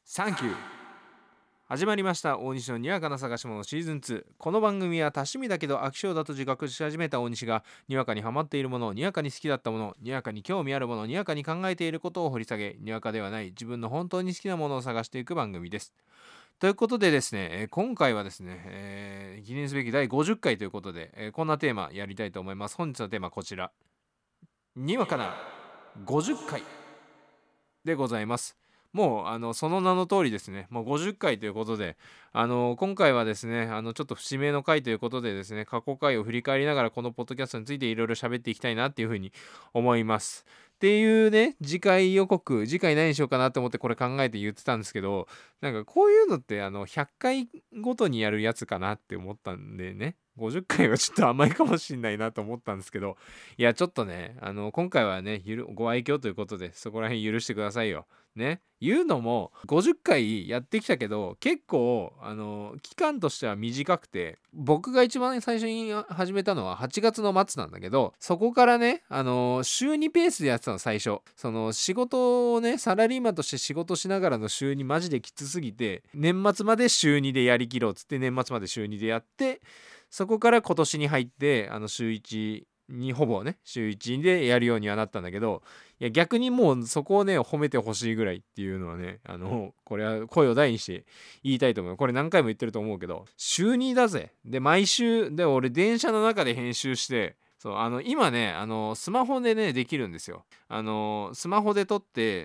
サンキュー。始まりました大西のにわかな探し物シーズン2。この番組は多趣味だけど飽き性だと自覚し始めた大西がにわかにハマっているもの、にわかに好きだったもの、にわかに興味あるもの、にわかに考えていることを掘り下げ、にわかではない自分の本当に好きなものを探していく番組です。ということでですね、今回はですね、記念すべき第50回ということで、こんなテーマやりたいと思います。本日のテーマはこちら。にわかな50回でございます。もうその名の通りですね、もう50回ということで、今回はですね、ちょっと節目の回ということでですね、過去回を振り返りながらこのポッドキャストについていろいろ喋っていきたいなっていうふうに思います。っていうね、次回予告、次回何しようかなと思ってこれ考えて言ってたんですけど、なんかこういうのって100回ごとにやるやつかなって思ったんでね、50回はちょっと甘いかもしんないなと思ったんですけど、いやちょっとね、今回はね、ご愛嬌ということでそこら辺許してくださいよ。ね、言うのも50回やってきたけど結構期間としては短くて、僕が一番最初に始めたのは8月の末なんだけど、そこからね週2ペースでやってたの最初。その仕事をね、サラリーマンとして仕事しながらの週2マジできつすぎて、年末まで週2でやりきろうっつって年末まで週2でやって、そこから今年に入って週1にほぼね週1でやるようにはなったんだけど、いや逆にもうそこをね褒めてほしいぐらいっていうのはね、これは声を大にして言いたいと思う。これ何回も言ってると思うけど、週2だぜ。で毎週で、俺電車の中で編集して、そう今ねスマホでねできるんですよ。スマホで撮って、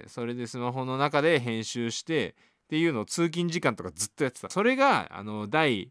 それでスマホの中で編集してっていうのを通勤時間とかずっとやってた。それが第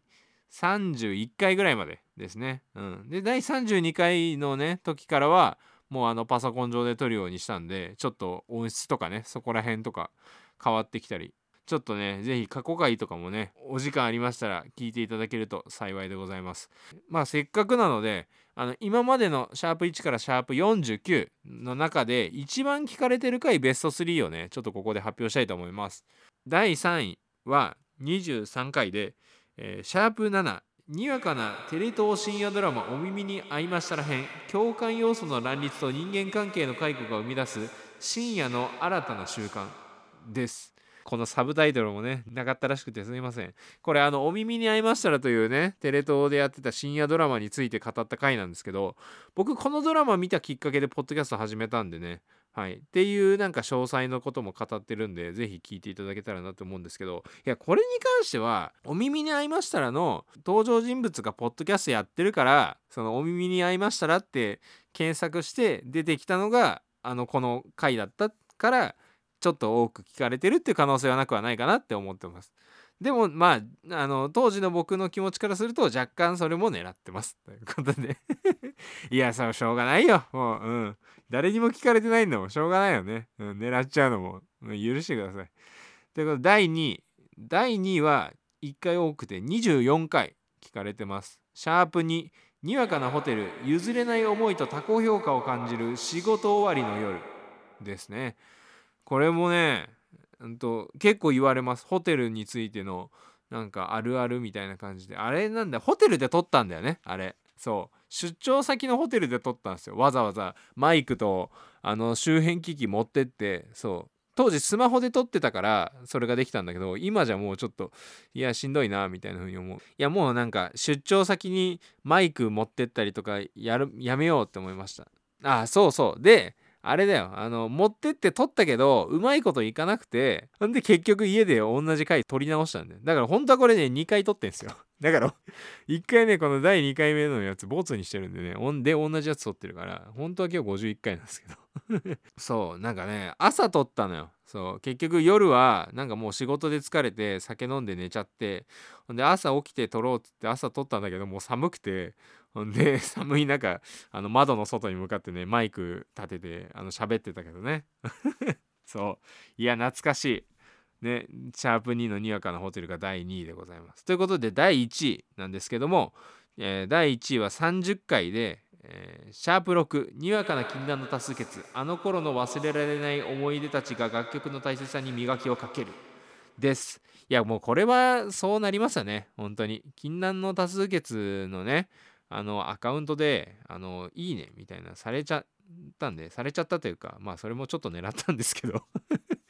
31回ぐらいまでですね。で第32回のね時からはもうパソコン上で撮るようにしたんで、ちょっと音質とかねそこら辺とか変わってきたり、ちょっとねぜひ過去回とかもねお時間ありましたら聞いていただけると幸いでございます。まあせっかくなので今までのシャープ1からシャープ49の中で一番聞かれてる回ベスト3をねちょっとここで発表したいと思います。第3位は23回で、シャープ7、にわかなテレ東深夜ドラマお耳に合いましたら編、共感要素の乱立と人間関係の解雇が生み出す深夜の新たな習慣です。このサブタイトルもねなかったらしくてすみません。これお耳に合いましたらというねテレ東でやってた深夜ドラマについて語った回なんですけど、僕このドラマ見たきっかけでポッドキャスト始めたんでね、はい、っていうなんか詳細のことも語ってるんで、ぜひ聞いていただけたらなと思うんですけど、いやこれに関してはお耳に合いましたらの登場人物がポッドキャストやってるから、そのお耳に合いましたらって検索して出てきたのがこの回だったから、ちょっと多く聞かれてるっていう可能性はなくはないかなって思ってます。でもまあ当時の僕の気持ちからすると若干それも狙ってますということでいやしょうがないよもう、誰にも聞かれてないんだもん、しょうがないよね、狙っちゃうのも許してください。ということで第2位は1回多くて24回聞かれてます。シャープ2、にわかなホテル譲れない思いと他己評価を感じる仕事終わりの夜ですね。これもね結構言われます。ホテルについてのなんかあるあるみたいな感じで、あれなんだ、ホテルで撮ったんだよねあれ。そう出張先のホテルで撮ったんですよ。わざわざマイクと周辺機器持ってって。そう当時スマホで撮ってたからそれができたんだけど、今じゃもうちょっといやしんどいなみたいな風に思う。いやもうなんか出張先にマイク持ってったりとかやめようって思いました。そうであれだよ、持ってって撮ったけどうまいこといかなくて、んで結局家で同じ回撮り直したんだよ。だから本当はこれね2回撮ってんすよ。だから1回ねこの第2回目のやつボツにしてるんでね、同じやつ撮ってるから本当は今日51回なんですけどそうなんかね朝撮ったのよ。そう結局夜はなんかもう仕事で疲れて酒飲んで寝ちゃって、ほんで朝起きて撮ろうっつって朝撮ったんだけど、もう寒くて、ほんで寒い中窓の外に向かってねマイク立てて喋ってたけどねそういや懐かしいね。シャープ2のにわかなホテルが第2位でございます。ということで第1位なんですけども、第1位は30回で、シャープ6、にわかな禁断の多数決、あの頃の忘れられない思い出たちが楽曲の大切さに磨きをかけるです。いやもうこれはそうなりますよね。本当に禁断の多数決のねアカウントでいいねみたいなされちゃったというか、まあそれもちょっと狙ったんですけど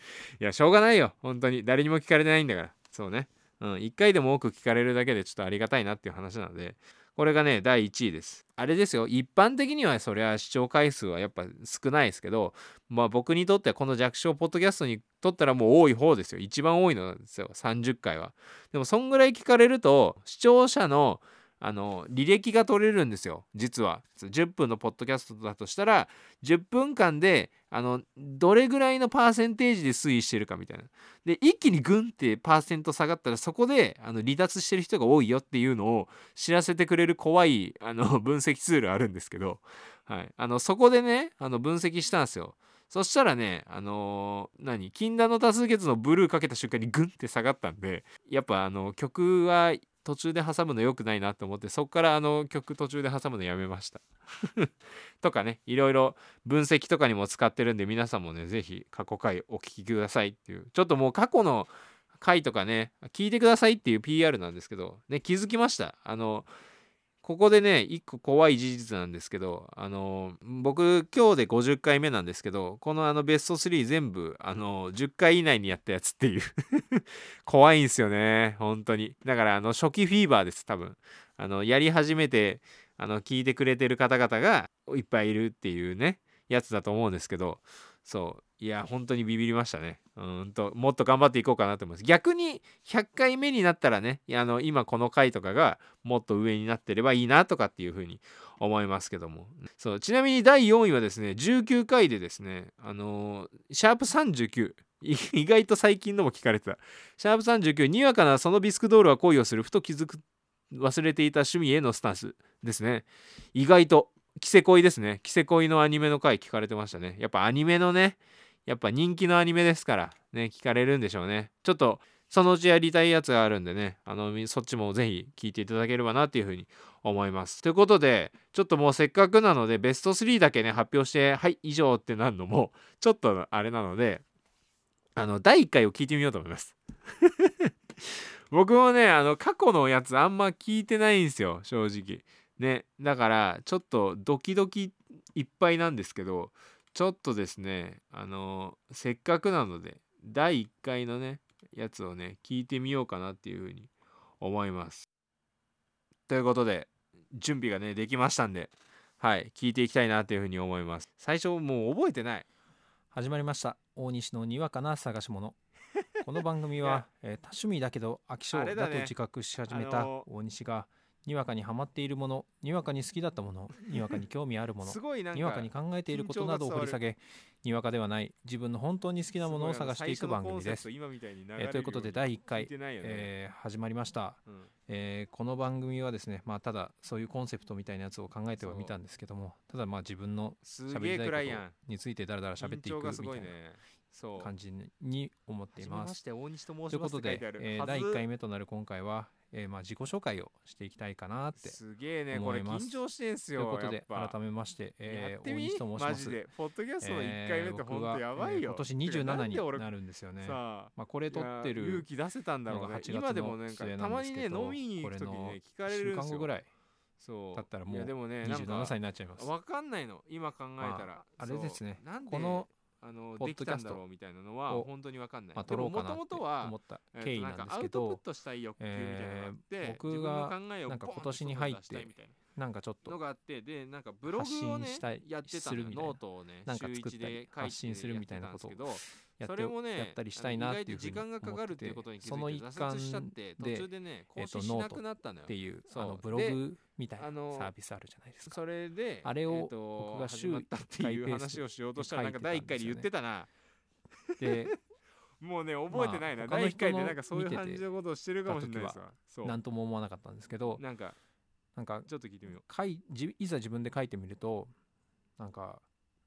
いやしょうがないよ本当に誰にも聞かれてないんだから。そうね、1回でも多く聞かれるだけでちょっとありがたいなっていう話なので、これがね第1位です。あれですよ、一般的にはそりゃ視聴回数はやっぱ少ないですけど、まあ僕にとってはこの弱小ポッドキャストにとったらもう多い方ですよ。一番多いのなんですよ、30回は。でもそんぐらい聞かれると視聴者の履歴が取れるんですよ。実は10分のポッドキャストだとしたら10分間でどれぐらいのパーセンテージで推移してるかみたいな。で一気にグンってパーセント下がったらそこで離脱してる人が多いよっていうのを知らせてくれる怖い分析ツールあるんですけど、はい、そこでね分析したんですよ。そしたらね禁断の多数決のブルーかけた瞬間にグンって下がったんで、やっぱ曲は途中で挟むの良くないなと思って、そこから曲途中で挟むのやめましたとかね、いろいろ分析とかにも使ってるんで、皆さんもねぜひ過去回お聞きくださいっていう、ちょっともう過去の回とかね聞いてくださいっていう PR なんですけどね、気づきました。ここでね一個怖い事実なんですけど、僕今日で50回目なんですけど、このベスト3全部10回以内にやったやつっていう怖いんすよね本当に。だから初期フィーバーです多分。やり始めて聞いてくれてる方々がいっぱいいるっていうねやつだと思うんですけど、そういや本当にビビりましたね。もっと頑張っていこうかなと思います。逆に100回目になったらね、今この回とかがもっと上になってればいいなとかっていう風に思いますけども、そうちなみに第4位はですね19回でですねシャープ39、意外と最近のも聞かれてたシャープ39、にわかなそのビスクドールは恋をする、ふと気づく忘れていた趣味へのスタンスですね。意外とキセ恋ですね。キセ恋のアニメの回聞かれてましたね。やっぱアニメのね、やっぱ人気のアニメですからね、聞かれるんでしょうね。ちょっとそのうちやりたいやつがあるんでね、そっちもぜひ聞いていただければなっていうふうに思います。ということで、ちょっともうせっかくなのでベスト3だけね発表してはい以上ってなるのもちょっとあれなので、第1回を聞いてみようと思います僕もね過去のやつあんま聞いてないんですよ正直ね。だからちょっとドキドキいっぱいなんですけど、ちょっとですねせっかくなので第1回のねやつをね聞いてみようかなっていうふうに思います。ということで準備がねできましたんで、はい聞いていきたいなというふうに思います。最初もう覚えてない。 始まりました大西のにわかな探し物。この番組は、多趣味だけど飽き性だと自覚し始めた大西がにわかにハマっているもの、にわかに好きだったもの、にわかに興味あるものにわかに考えていることなどを掘り下げ、にわかではない自分の本当に好きなものを探していく番組です。ということで第1回、始まりました、この番組はですね、ただそういうコンセプトみたいなやつを考えてはみたんですけども、ただ自分の喋りたいことについてだらだら喋っていくみたいな感じに思っています。ということで、第1回目となる今回は、自己紹介をしていきたいかなって思います。 すげえねこれ緊張してんすよ。 ということで改めまして、大西と申します。マジでポッドキャストの1回目ってほんとやばいよ。 今年27になるんですよね。これ撮ってる勇気出せたんだろうね。今でもなんかたまにね飲みに行く時にね聞かれるんですよ。 1週間後ぐらいそうだったらもう 27 歳になっちゃいます。 わかんないの今考えたら。 あれですね、 このできたんだろうみたいなのは本当に分かんない。 撮ろうかなって思った経緯なんですけど、僕がなんか今年に入ってなんかちょっとのがあって、でなんかブログをねやってたの、ノートをねなんか作ったり発信するみたいなことをやったりしたいなっていうふうに思ってて、その一環でノートっていうブログみたいなサービスあるじゃないですか。 それであれを僕が週1回ペース話をしようとしたらなんか第1回で言ってたな。 でもうね覚えてないな。第1回でなんかそういう感じのことをしてるかもしれないですわ。 何とも思わなかったんですけど、なんかちょっと聞いてみよう。 いざ自分で書いてみると、なんか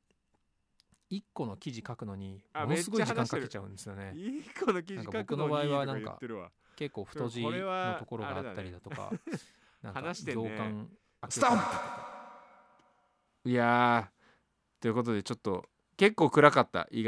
1個の記事書くのにものすごい時間かけちゃうんですよね。 1個の記事書くのに僕の場合はなんか結構太字のところがあったりだとか、なんか行間ストップ。いやーということでちょっと結構暗かった意外と。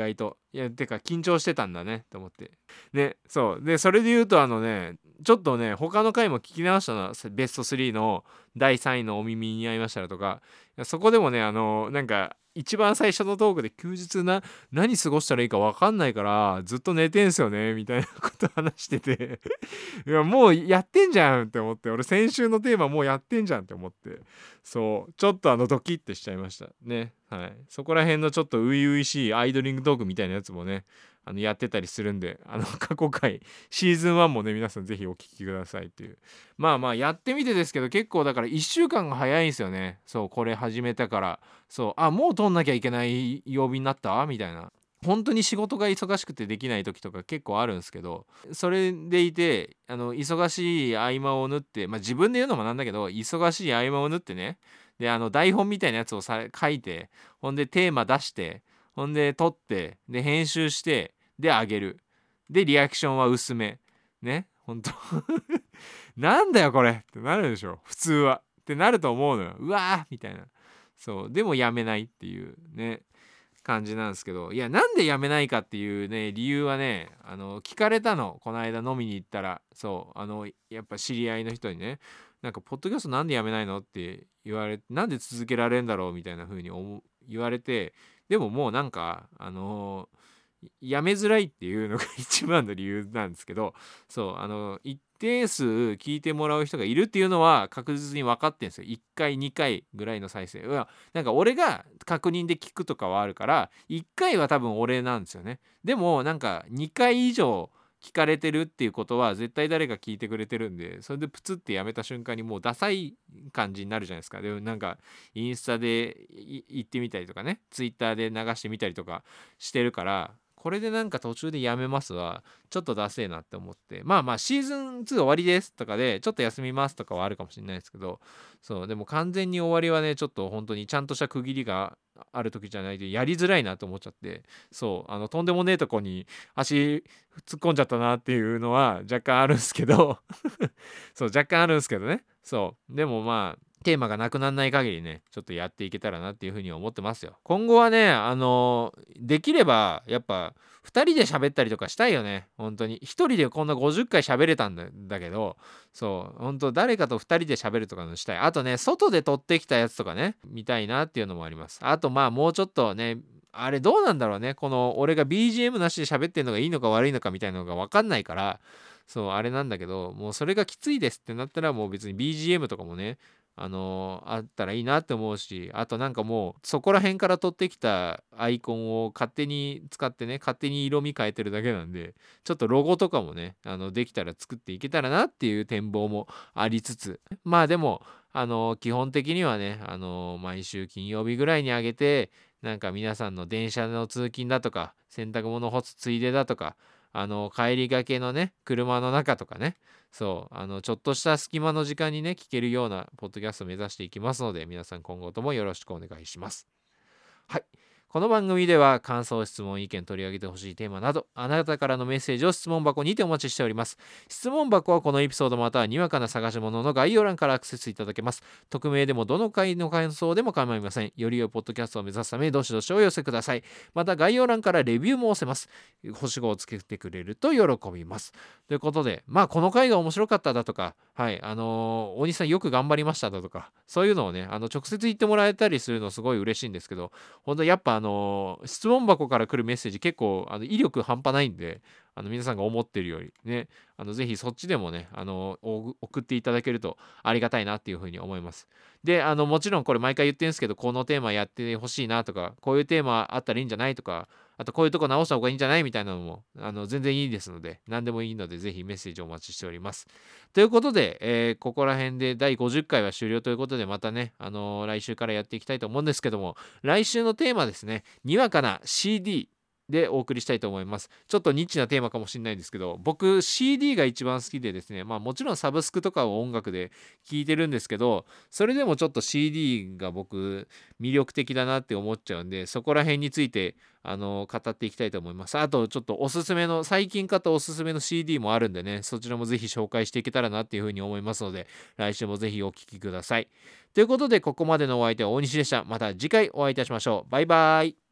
いやてか緊張してたんだねと思ってね。そうで、それで言うとちょっとね他の回も聞き直したの、ベスト3の第3位のお耳に合いましたらとか、そこでもねなんか一番最初のトークで休日何過ごしたらいいか分かんないからずっと寝てんすよねみたいなこと話してていやもうやってんじゃんって思って、俺先週のテーマもうやってんじゃんって思って、そうちょっとドキッてしちゃいましたね。はい、そこら辺のちょっと初々しいアイドリングトークみたいなやつもねやってたりするんで、過去回シーズン1もね皆さんぜひお聞きくださいっていう。まあやってみてですけど、結構だから1週間が早いんですよね。そうこれ始めたから、そうもう撮んなきゃいけない曜日になったみたいな。本当に仕事が忙しくてできない時とか結構あるんですけど、それでいて忙しい合間を縫って、自分で言うのもなんだけど忙しい合間を縫ってね、で台本みたいなやつを書いて、ほんでテーマ出して、ほんで撮って、で編集して、であげる、でリアクションは薄めね、ほんとなんだよこれってなるでしょ普通はってなると思うのよ。うわーみたいな。そうでもやめないっていうね感じなんですけど、いやなんでやめないかっていうね理由はね聞かれたの、この間飲みに行ったら。そうやっぱ知り合いの人にね、なんかポッドキャストなんでやめないのって言われて、なんで続けられるんだろうみたいな風に言われて、でももうなんかやめづらいっていうのが一番の理由なんですけど、そう一定数聞いてもらう人がいるっていうのは確実に分かってんですよ。1回2回ぐらいの再生はなんか俺が確認で聞くとかはあるから、1回は多分俺なんですよね。でもなんか2回以上聞かれてるっていうことは絶対誰か聞いてくれてるんで、それでプツってやめた瞬間にもうダサい感じになるじゃないですか。でもなんかインスタで言ってみたりとかね、ツイッターで流してみたりとかしてるから、これでなんか途中でやめますはちょっとダセえなって思って、シーズン2終わりですとかでちょっと休みますとかはあるかもしれないですけど、そうでも完全に終わりはねちょっと本当にちゃんとした区切りがある時じゃないとやりづらいなと思っちゃって、とんでもねえとこに足突っ込んじゃったなっていうのは若干あるんですけどそう若干あるんですけどね。そうでもテーマがなくならない限りねちょっとやっていけたらなっていうふうに思ってますよ。今後はねできればやっぱ2人で喋ったりとかしたいよね。本当に1人でこんな50回喋れたんだけど、本当誰かと2人で喋るとかのしたい。あとね外で撮ってきたやつとかね見たいなっていうのもあります。あともうちょっとね、あれどうなんだろうね、この俺が BGM なしで喋ってんのがいいのか悪いのかみたいなのが分かんないから、あれなんだけど、もうそれがきついですってなったらもう別に BGM とかもねあったらいいなって思うし、あとなんかもうそこら辺から取ってきたアイコンを勝手に使ってね勝手に色味変えてるだけなんで、ちょっとロゴとかもねできたら作っていけたらなっていう展望もありつつ、でも基本的にはね毎週金曜日ぐらいに上げて、なんか皆さんの電車の通勤だとか洗濯物干すついでだとか帰りがけのね車の中とかね、ちょっとした隙間の時間にね聞けるようなポッドキャストを目指していきますので、皆さん今後ともよろしくお願いします。はい、この番組では感想、質問、意見、取り上げてほしいテーマなど、あなたからのメッセージを質問箱にてお待ちしております。質問箱はこのエピソードまたはにわかな探し物の概要欄からアクセスいただけます。匿名でもどの回の感想でも構いません。より良いポッドキャストを目指すためどしどしお寄せください。また概要欄からレビューも押せます。星5をつけてくれると喜びます。ということでこの回が面白かっただとか、大西さんよく頑張りましただとか、そういうのをね直接言ってもらえたりするのすごい嬉しいんですけど、本当やっぱ質問箱から来るメッセージ結構威力半端ないんで、皆さんが思ってるよりねぜひそっちでもね送っていただけるとありがたいなっていうふうに思います。でもちろんこれ毎回言ってるんですけど、このテーマやってほしいなとか、こういうテーマあったらいいんじゃないとか、あとこういうとこ直した方がいいんじゃないみたいなのも全然いいですので、何でもいいのでぜひメッセージお待ちしております。ということで、ここら辺で第50回は終了ということで、またね来週からやっていきたいと思うんですけども、来週のテーマですね、にわかな CDでお送りしたいと思います。ちょっとニッチなテーマかもしれないんですけど、僕 CD が一番好きでですね、もちろんサブスクとかを音楽で聴いてるんですけど、それでもちょっと CD が僕魅力的だなって思っちゃうんで、そこら辺について語っていきたいと思います。あとちょっとおすすめの最近買ったおすすめの CD もあるんでね、そちらもぜひ紹介していけたらなっていうふうに思いますので、来週もぜひお聴きください。ということでここまでのお相手は大西でした。また次回お会いいたしましょう。バイバイ。